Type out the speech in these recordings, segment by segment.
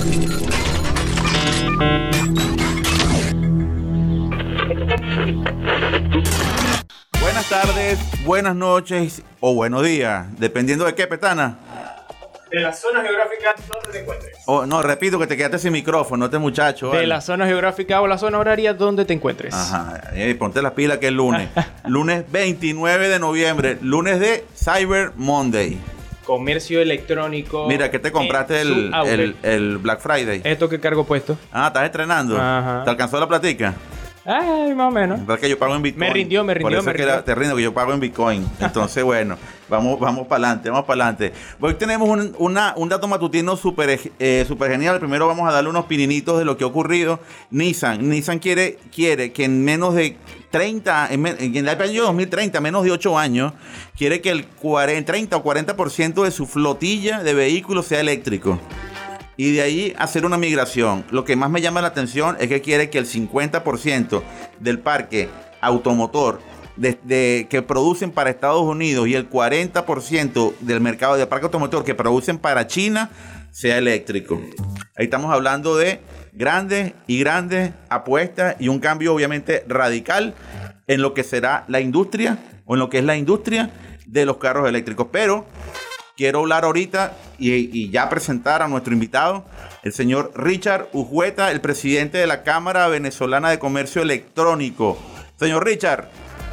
Buenas tardes, buenas noches o buenos días, dependiendo de qué, Petana. De la zona geográfica donde te encuentres. Oh, no, repito que te quedaste sin micrófono, este muchacho. De la zona geográfica o la zona horaria donde te encuentres. Ajá, ponte las pilas que es lunes. Lunes 29 de noviembre, lunes de Cyber Monday. Comercio electrónico. Mira, ¿qué te compraste el Black Friday? Esto que cargo puesto. Ah, ¿estás estrenando? Ajá. ¿Te alcanzó la platica? Ay, más o menos. Es que yo pago en Bitcoin. Me rindió. Por eso es que te rindo, que yo pago en Bitcoin. Entonces, bueno, vamos para adelante. Hoy tenemos un dato matutino súper genial. Primero vamos a darle unos pininitos de lo que ha ocurrido. Nissan quiere que en menos de 30, en el año 2030, menos de 8 años, quiere que el 30 o 40% de su flotilla de vehículos sea eléctrico. Y de ahí hacer una migración. Lo que más me llama la atención es que quiere que el 50% del parque automotor que producen para Estados Unidos y el 40% del mercado de parque automotor que producen para China sea eléctrico. Ahí estamos hablando de grandes apuestas y un cambio obviamente radical en lo que será la industria o en lo que es la industria de los carros eléctricos. Pero quiero hablar ahorita y ya presentar a nuestro invitado, el señor Richard Ujueta, el presidente de la Cámara Venezolana de Comercio Electrónico. Señor Richard.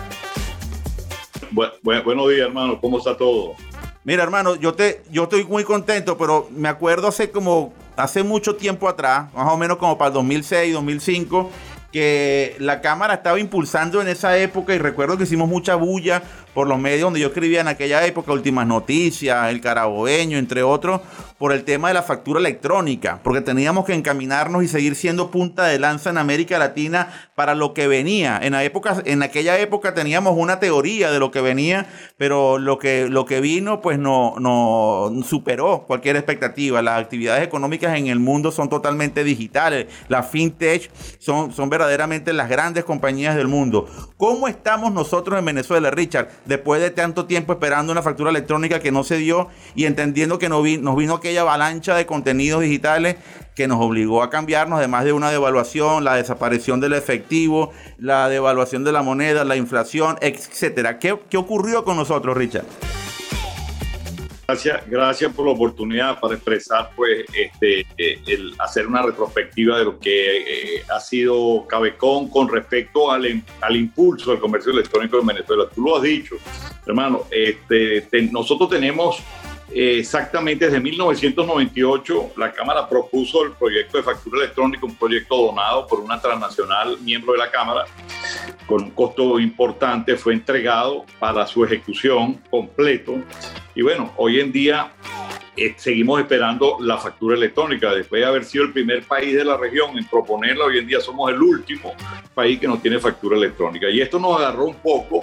Buenos días, hermano. ¿Cómo está todo? Mira, hermano, yo estoy muy contento, pero me acuerdo hace mucho tiempo atrás, más o menos como para el 2006, 2005, que la Cámara estaba impulsando en esa época, y recuerdo que hicimos mucha bulla por los medios donde yo escribía en aquella época, Últimas Noticias, El Carabobeño, entre otros, por el tema de la factura electrónica, porque teníamos que encaminarnos y seguir siendo punta de lanza en América Latina para lo que venía. En aquella época teníamos una teoría de lo que venía, pero lo que vino pues no superó cualquier expectativa. Las actividades económicas en el mundo son totalmente digitales. Las fintech son verdaderamente las grandes compañías del mundo. ¿Cómo estamos nosotros en Venezuela, Richard, después de tanto tiempo esperando una factura electrónica que no se dio y entendiendo que nos vino aquella avalancha de contenidos digitales que nos obligó a cambiarnos, además de una devaluación, la desaparición del efectivo, la devaluación de la moneda, la inflación, etcétera? ¿Qué ocurrió con nosotros, Richard? Gracias por la oportunidad para expresar, pues, el hacer una retrospectiva de lo que ha sido Cabecon con respecto al impulso del comercio electrónico en Venezuela. Tú lo has dicho, hermano. Nosotros tenemos exactamente desde 1998 la Cámara propuso el proyecto de factura electrónica, un proyecto donado por una transnacional miembro de la Cámara con un costo importante. Fue entregado para su ejecución completo. Y bueno, hoy en día seguimos esperando la factura electrónica. Después de haber sido el primer país de la región en proponerla, hoy en día somos el último país que no tiene factura electrónica. Y esto nos agarró un poco,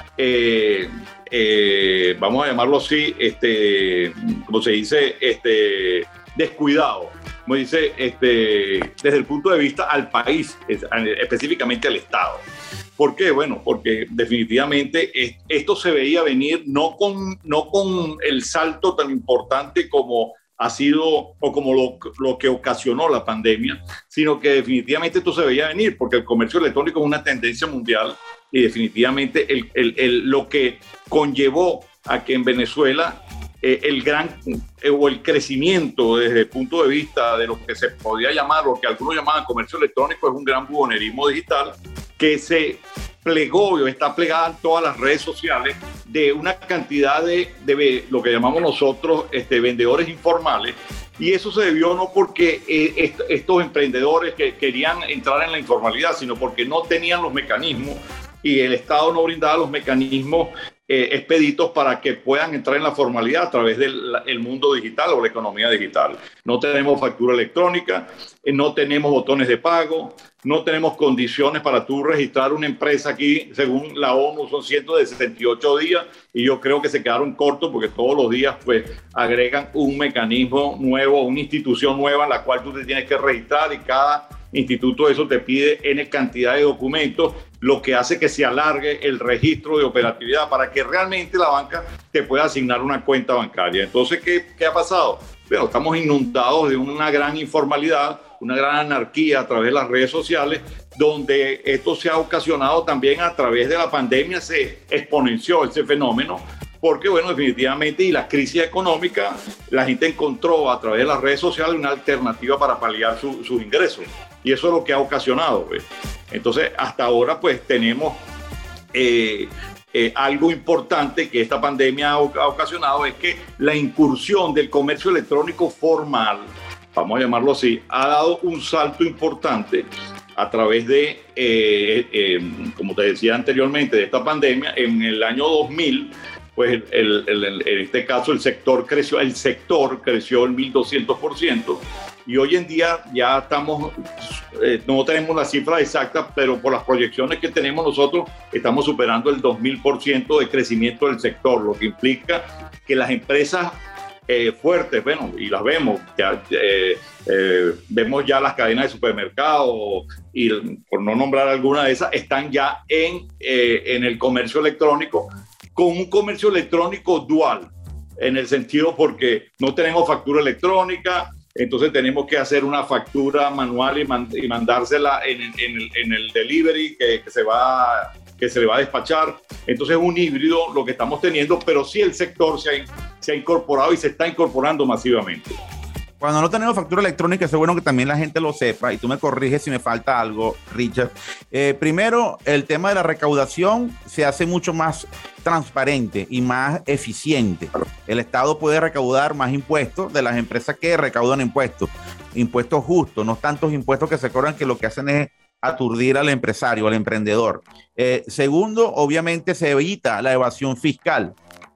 vamos a llamarlo así, como se dice, descuidado. Como dice, desde el punto de vista al país, específicamente al Estado. ¿Por qué? Bueno, porque definitivamente esto se veía venir no con el salto tan importante como ha sido o como lo que ocasionó la pandemia, sino que definitivamente esto se veía venir porque el comercio electrónico es una tendencia mundial y definitivamente lo que conllevó a que en Venezuela el crecimiento desde el punto de vista de lo que se podía llamar, lo que algunos llamaban comercio electrónico, es un gran buhonerismo digital que se plegó o está plegada en todas las redes sociales de una cantidad de lo que llamamos nosotros vendedores informales. Y eso se debió no porque estos emprendedores que querían entrar en la informalidad, sino porque no tenían los mecanismos y el Estado no brindaba los mecanismos expeditos para que puedan entrar en la formalidad a través del mundo digital o la economía digital. No tenemos factura electrónica, no tenemos botones de pago, no tenemos condiciones para tú registrar una empresa aquí. Según la ONU son 178 días y yo creo que se quedaron cortos porque todos los días pues agregan un mecanismo nuevo, una institución nueva en la cual tú te tienes que registrar y cada instituto de eso te pide N cantidad de documentos, lo que hace que se alargue el registro de operatividad para que realmente la banca te pueda asignar una cuenta bancaria. Entonces, ¿qué ha pasado? pero estamos inundados de una gran informalidad, una gran anarquía a través de las redes sociales, donde esto se ha ocasionado también a través de la pandemia, se exponenció ese fenómeno, porque bueno, definitivamente, y la crisis económica, la gente encontró a través de las redes sociales una alternativa para paliar sus ingresos, y eso es lo que ha ocasionado, pues. Entonces, hasta ahora pues tenemos algo importante que esta pandemia ha ocasionado, es que la incursión del comercio electrónico formal, vamos a llamarlo así, ha dado un salto importante a través de, como te decía anteriormente, de esta pandemia. En el año 2000, pues en este caso el sector creció en 1.200%, y hoy en día ya estamos, no tenemos la cifra exacta, pero por las proyecciones que tenemos nosotros, estamos superando el 2.000% de crecimiento del sector, lo que implica que las empresas fuertes, bueno, y las vemos, vemos ya las cadenas de supermercados, y por no nombrar alguna de esas, están ya en el comercio electrónico, con un comercio electrónico dual, en el sentido porque no tenemos factura electrónica, entonces tenemos que hacer una factura manual y mandársela en el delivery que se le va a despachar. Entonces es un híbrido lo que estamos teniendo, pero sí el sector se ha incorporado y se está incorporando masivamente. Cuando no tenemos factura electrónica, es bueno que también la gente lo sepa, y tú me corriges si me falta algo, Richard. Primero, el tema de la recaudación se hace mucho más transparente y más eficiente. El Estado puede recaudar más impuestos de las empresas que recaudan impuestos justos, no tantos impuestos que se cobran que lo que hacen es aturdir al empresario, al emprendedor. Segundo, obviamente se evita la evasión fiscal.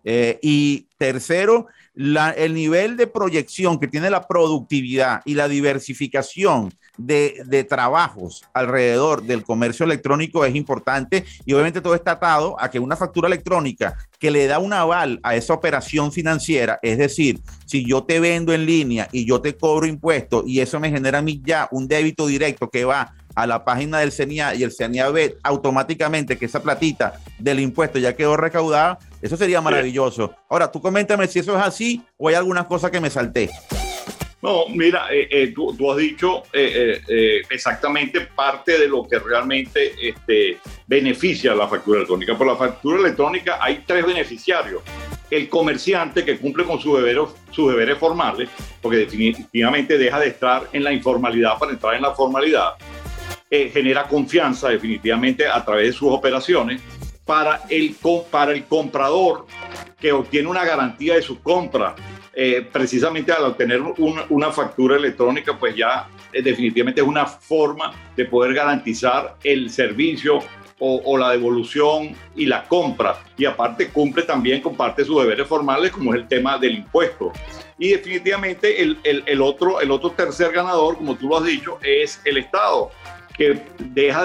Y tercero, el nivel de proyección que tiene la productividad y la diversificación de trabajos alrededor del comercio electrónico es importante, y obviamente todo está atado a que una factura electrónica que le da un aval a esa operación financiera, es decir, si yo te vendo en línea y yo te cobro impuestos y eso me genera a mí ya un débito directo que va a la página del CENIA, y el CENIA ve automáticamente que esa platita del impuesto ya quedó recaudada, eso sería maravilloso. Ahora, tú coméntame si eso es así o hay alguna cosa que me salté. No, mira, tú has dicho exactamente parte de lo que realmente beneficia a la factura electrónica. Por la factura electrónica hay tres beneficiarios. El comerciante, que cumple con sus deberes formales, porque definitivamente deja de estar en la informalidad para entrar en la formalidad. Genera confianza definitivamente a través de sus operaciones. Para el comprador, que obtiene una garantía de su compra, precisamente al obtener una factura electrónica, pues ya definitivamente es una forma de poder garantizar el servicio o la devolución y la compra, y aparte cumple también con parte de sus deberes formales, como es el tema del impuesto. Y definitivamente el otro tercer ganador, como tú lo has dicho, es el Estado, que deja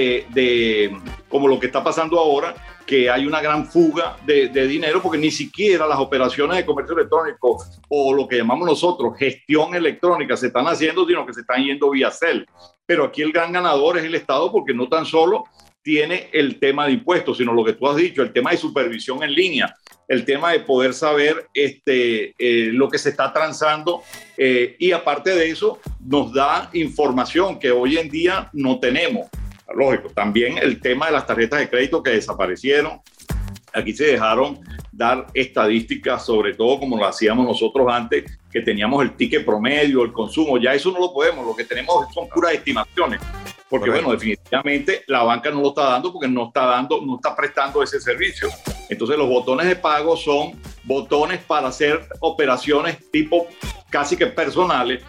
de como lo que está pasando ahora, que hay una gran fuga de dinero, porque ni siquiera las operaciones de comercio electrónico o lo que llamamos nosotros gestión electrónica se están haciendo, sino que se están yendo vía CEL. Pero aquí el gran ganador es el Estado, porque no tan solo tiene el tema de impuestos, sino lo que tú has dicho, el tema de supervisión en línea, el tema de poder saber lo que se está transando, y aparte de eso nos da información que hoy en día no tenemos. Lógico, también el tema de las tarjetas de crédito que desaparecieron. Aquí se dejaron dar estadísticas, sobre todo como lo hacíamos nosotros antes, que teníamos el ticket promedio, el consumo. Ya eso no lo podemos, lo que tenemos son puras estimaciones. Porque bueno, definitivamente la banca no lo está dando, porque no está prestando ese servicio. Entonces los botones de pago son botones para hacer operaciones tipo casi que personales.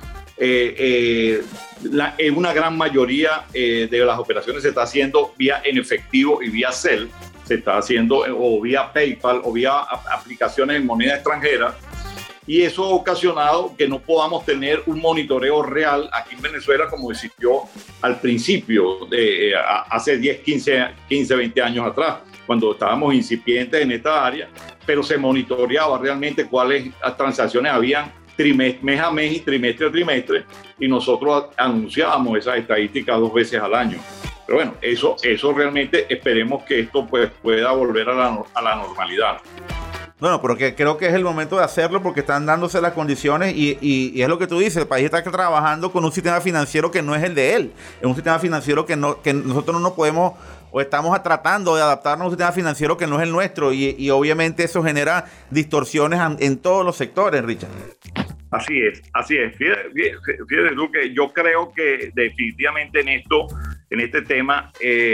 En una gran mayoría de las operaciones se está haciendo vía en efectivo y vía CEL, se está haciendo o vía PayPal o vía aplicaciones en moneda extranjera, y eso ha ocasionado que no podamos tener un monitoreo real aquí en Venezuela como existió al principio, hace 10, 15, 20 años atrás, cuando estábamos incipientes en esta área, pero se monitoreaba realmente cuáles transacciones habían mes a mes y trimestre a trimestre, y nosotros anunciábamos esas estadísticas 2 veces al año. Pero bueno, eso realmente esperemos que esto pues pueda volver a la normalidad. Bueno, pero que creo que es el momento de hacerlo porque están dándose las condiciones y es lo que tú dices, el país está trabajando con un sistema financiero que no es el de él, es un sistema financiero que nosotros no nos podemos o estamos tratando de adaptarnos a un sistema financiero que no es el nuestro y obviamente eso genera distorsiones en todos los sectores, Richard. Así es. Fíjate tú que yo creo que definitivamente en este tema,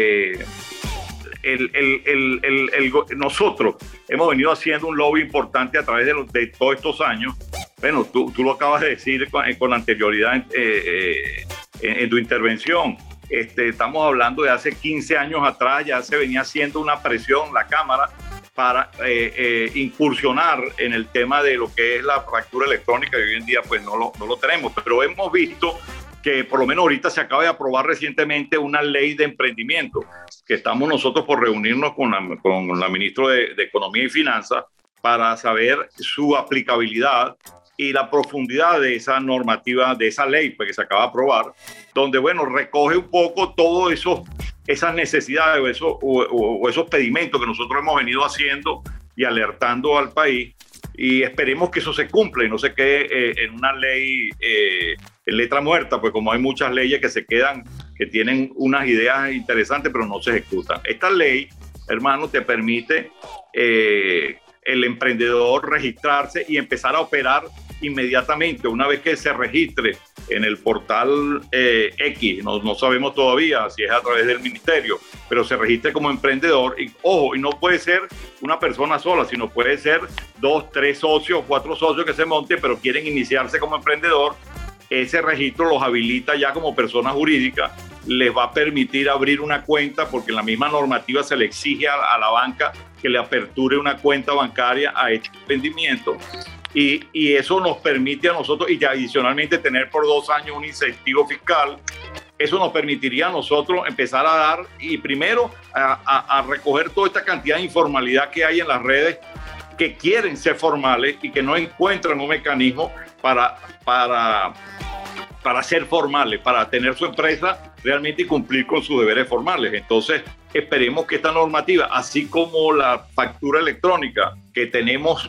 nosotros hemos venido haciendo un lobby importante a través de todos estos años. Bueno, tú lo acabas de decir con anterioridad en tu intervención. Estamos hablando de hace 15 años atrás, ya se venía haciendo una presión la Cámara para incursionar en el tema de lo que es la factura electrónica, y hoy en día pues no lo tenemos, pero hemos visto que por lo menos ahorita se acaba de aprobar recientemente una ley de emprendimiento, que estamos nosotros por reunirnos con la ministra de Economía y Finanzas para saber su aplicabilidad y la profundidad de esa normativa, de esa ley pues, que se acaba de aprobar, donde, bueno, recoge un poco todo esas necesidades o esos pedimentos que nosotros hemos venido haciendo y alertando al país, y esperemos que eso se cumpla y no se quede en una ley en letra muerta, pues como hay muchas leyes que se quedan, que tienen unas ideas interesantes pero no se ejecutan. Esta ley, hermano, te permite el emprendedor registrarse y empezar a operar inmediatamente una vez que se registre en el portal X, no sabemos todavía si es a través del ministerio, pero se registre como emprendedor y, ojo, y no puede ser una persona sola, sino puede ser 2, 3 socios, 4 socios que se monten, pero quieren iniciarse como emprendedor. Ese registro los habilita ya como persona jurídica, les va a permitir abrir una cuenta porque en la misma normativa se le exige a la banca que le aperture una cuenta bancaria a este emprendimiento. Y eso nos permite a nosotros, y adicionalmente tener por 2 años un incentivo fiscal. Eso nos permitiría a nosotros empezar a dar y primero a recoger toda esta cantidad de informalidad que hay en las redes que quieren ser formales y que no encuentran un mecanismo para ser formales, para tener su empresa realmente y cumplir con sus deberes formales. Entonces, esperemos que esta normativa, así como la factura electrónica, que tenemos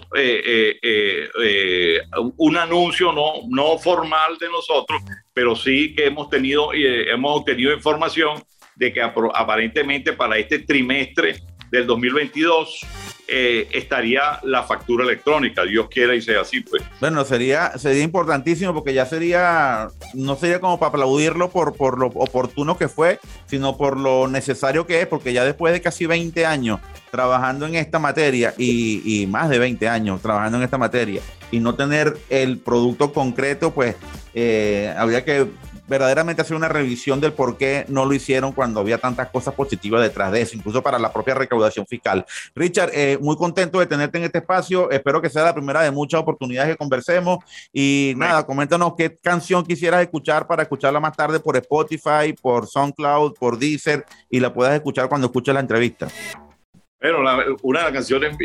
un anuncio no formal de nosotros, pero sí que hemos obtenido información de que aparentemente para este trimestre del 2022 estaría la factura electrónica, Dios quiera y sea así, pues. Bueno, sería importantísimo porque ya no sería como para aplaudirlo por lo oportuno que fue, sino por lo necesario que es, porque ya después de casi 20 años trabajando en esta materia y más de 20 años trabajando en esta materia y no tener el producto concreto, pues habría que verdaderamente hacer una revisión del por qué no lo hicieron cuando había tantas cosas positivas detrás de eso, incluso para la propia recaudación fiscal. Richard, muy contento de tenerte en este espacio, espero que sea la primera de muchas oportunidades que conversemos y nada, coméntanos qué canción quisieras escuchar para escucharla más tarde por Spotify, por SoundCloud, por Deezer y la puedas escuchar cuando escuches la entrevista. Bueno, una de las canciones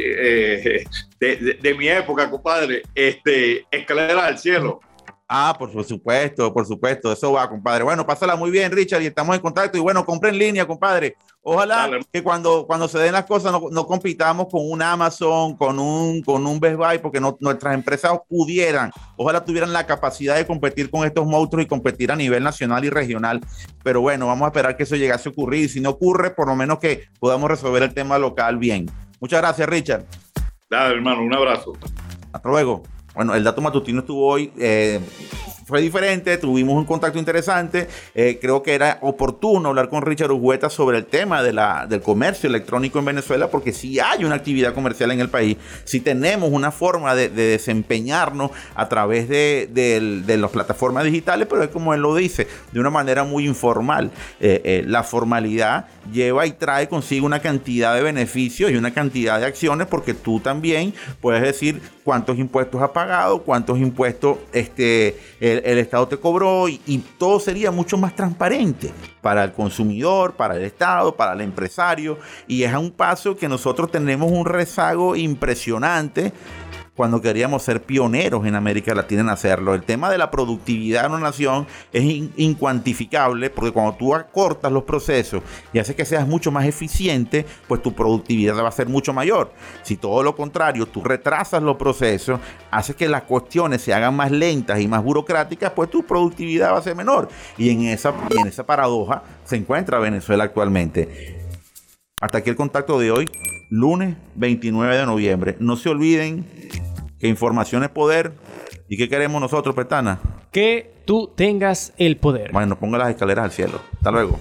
de mi época, compadre, Escaleras al Cielo. Ah, por supuesto, eso va, compadre. Bueno, pásala muy bien, Richard, y estamos en contacto. Y bueno, compra en línea, compadre. Ojalá que cuando se den las cosas no compitamos con un Amazon, con un Best Buy, porque nuestras empresas ojalá tuvieran la capacidad de competir con estos monstruos y competir a nivel nacional y regional. Pero bueno, vamos a esperar que eso llegase a ocurrir. Y si no ocurre, por lo menos que podamos resolver el tema local bien. Muchas gracias, Richard. Dale, hermano, un abrazo. Hasta luego. Bueno, el dato matutino estuvo hoy, fue diferente, tuvimos un contacto interesante, creo que era oportuno hablar con Richard Urgueta sobre el tema del comercio electrónico en Venezuela, porque sí hay una actividad comercial en el país, sí tenemos una forma de desempeñarnos a través de las plataformas digitales, pero es como él lo dice, de una manera muy informal. La formalidad lleva y trae consigo una cantidad de beneficios y una cantidad de acciones, porque tú también puedes decir cuántos impuestos has pagado, cuántos impuestos el Estado te cobró y todo sería mucho más transparente para el consumidor, para el Estado, para el empresario, y es a un paso que nosotros tenemos un rezago impresionante cuando queríamos ser pioneros en América Latina en hacerlo. El tema de la productividad en una nación es incuantificable, porque cuando tú acortas los procesos y haces que seas mucho más eficiente, pues tu productividad va a ser mucho mayor. Si todo lo contrario, tú retrasas los procesos, haces que las cuestiones se hagan más lentas y más burocráticas, pues tu productividad va a ser menor. Y en esa paradoja se encuentra Venezuela actualmente. Hasta aquí el contacto de hoy, lunes 29 de noviembre. No se olviden que información es poder. ¿Y qué queremos nosotros, Petana? Que tú tengas el poder. Bueno, ponga las escaleras al cielo. Hasta luego.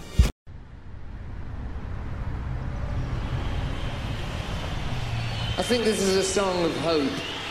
I think this is a song of hope.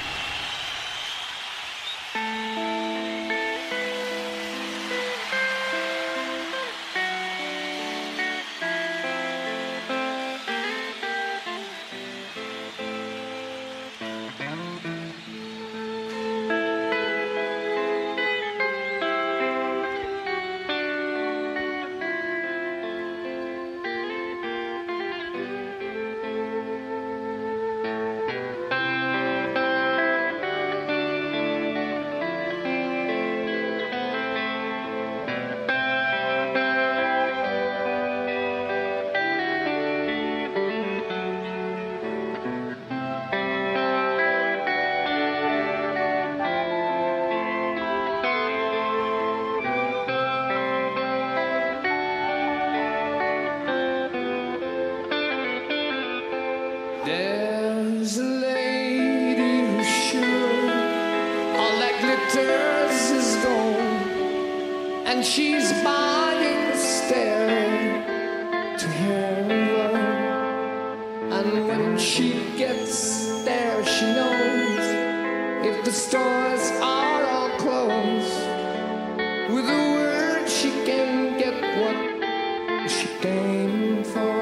There's a lady who's sure all that glitters is gold, and she's buying a stair to heaven. And when she gets there, she knows if the stores are all closed, with a word she can get what she came for.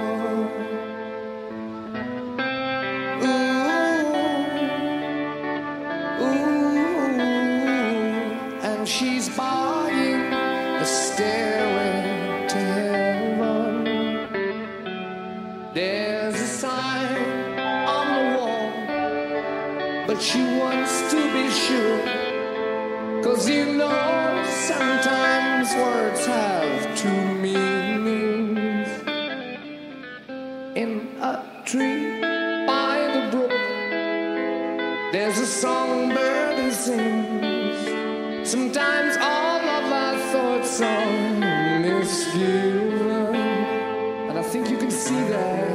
She's buying a stairway to heaven. There's a sign on the wall, but she wants to be sure, 'cause you know sometimes words have two meanings. In a tree by the brook, there's a songbird who sings. Sometimes all of our thoughts are misgiven, and I think you can see that.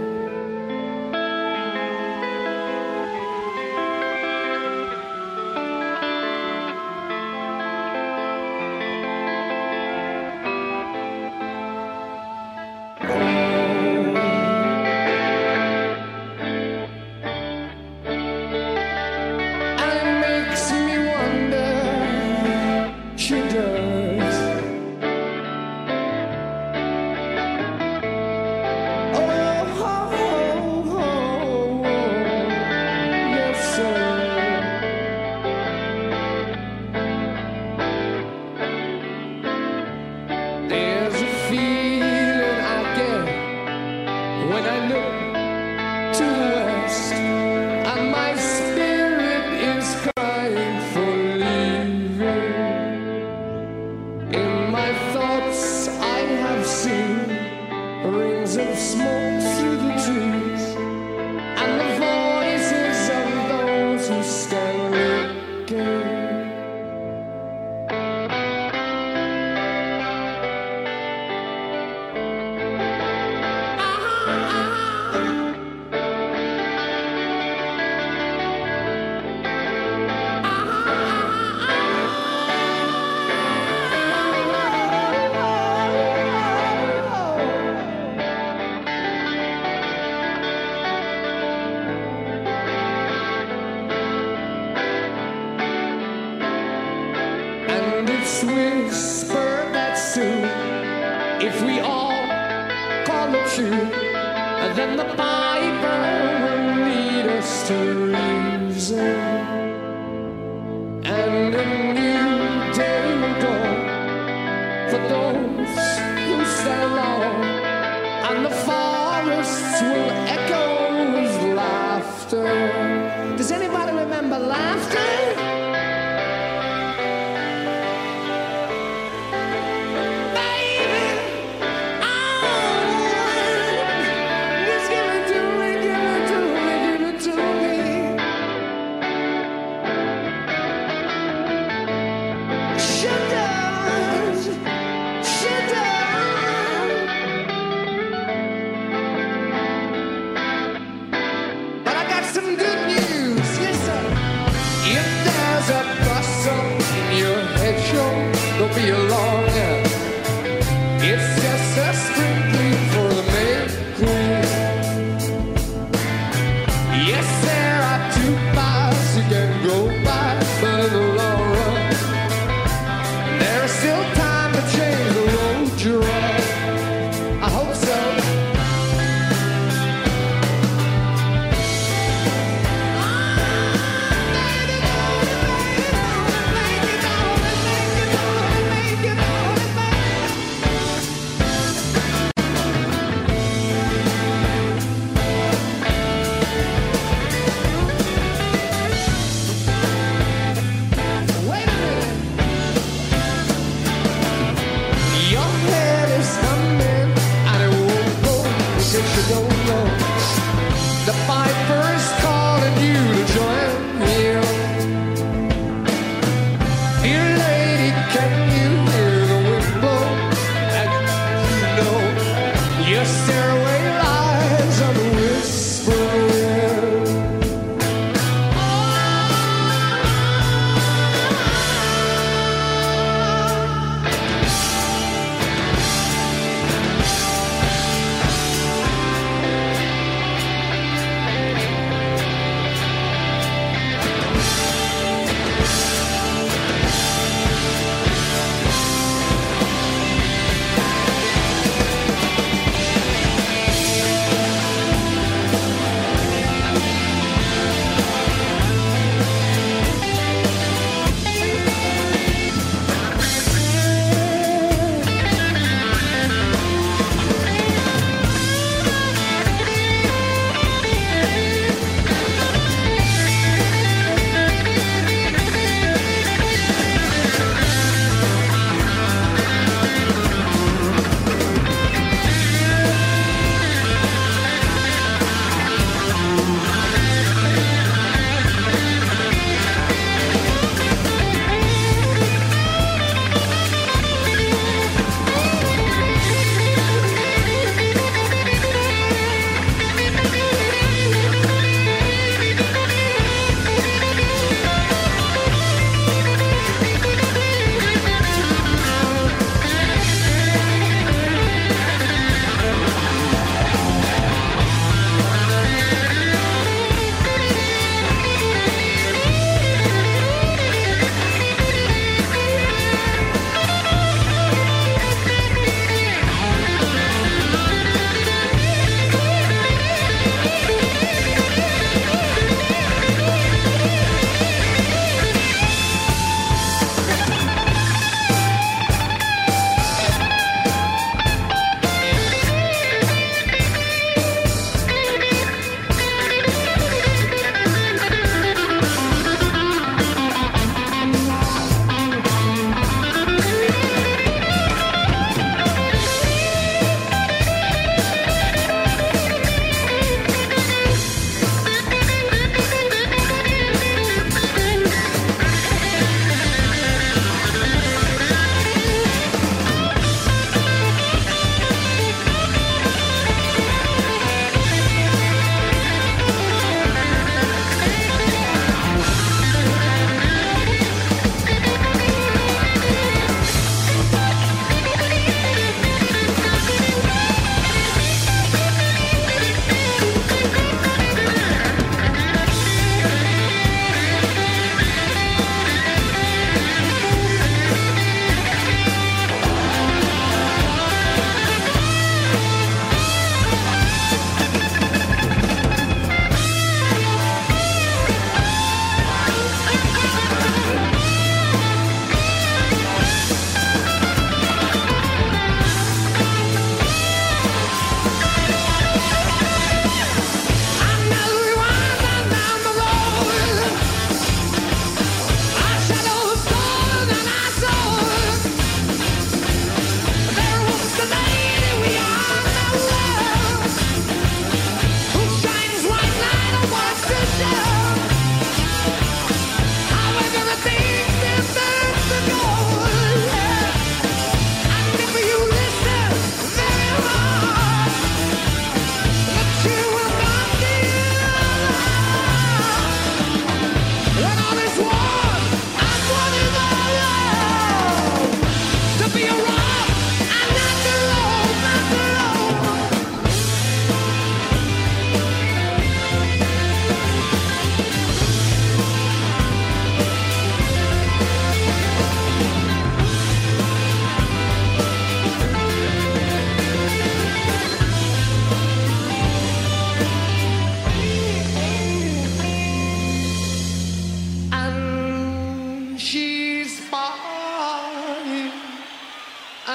Whisper that soon, if we all call it true, then the Piper will lead us to reason, and a new day will dawn for those who stand long, and the forests will echo with laughter. Does anybody remember laughter. Baby, I want it. Just give it to me, give it to me, give it to me. She does, she does. But I got some good news, yes sir. If there's a bustle in your head show, don't be alarmed. It's just a spring clean for the May Queen. Yes, there are 2 miles you can go by, but in the long run, there is still time to change the road you're on. I hope so. Wait a minute. Your head is humming and it won't go because you don't know. The piper is calling you to join him. Dear lady, can you hear the wind blow? And you know your stairway lies on the whisper wind.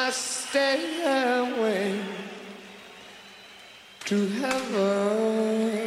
my stairway to heaven.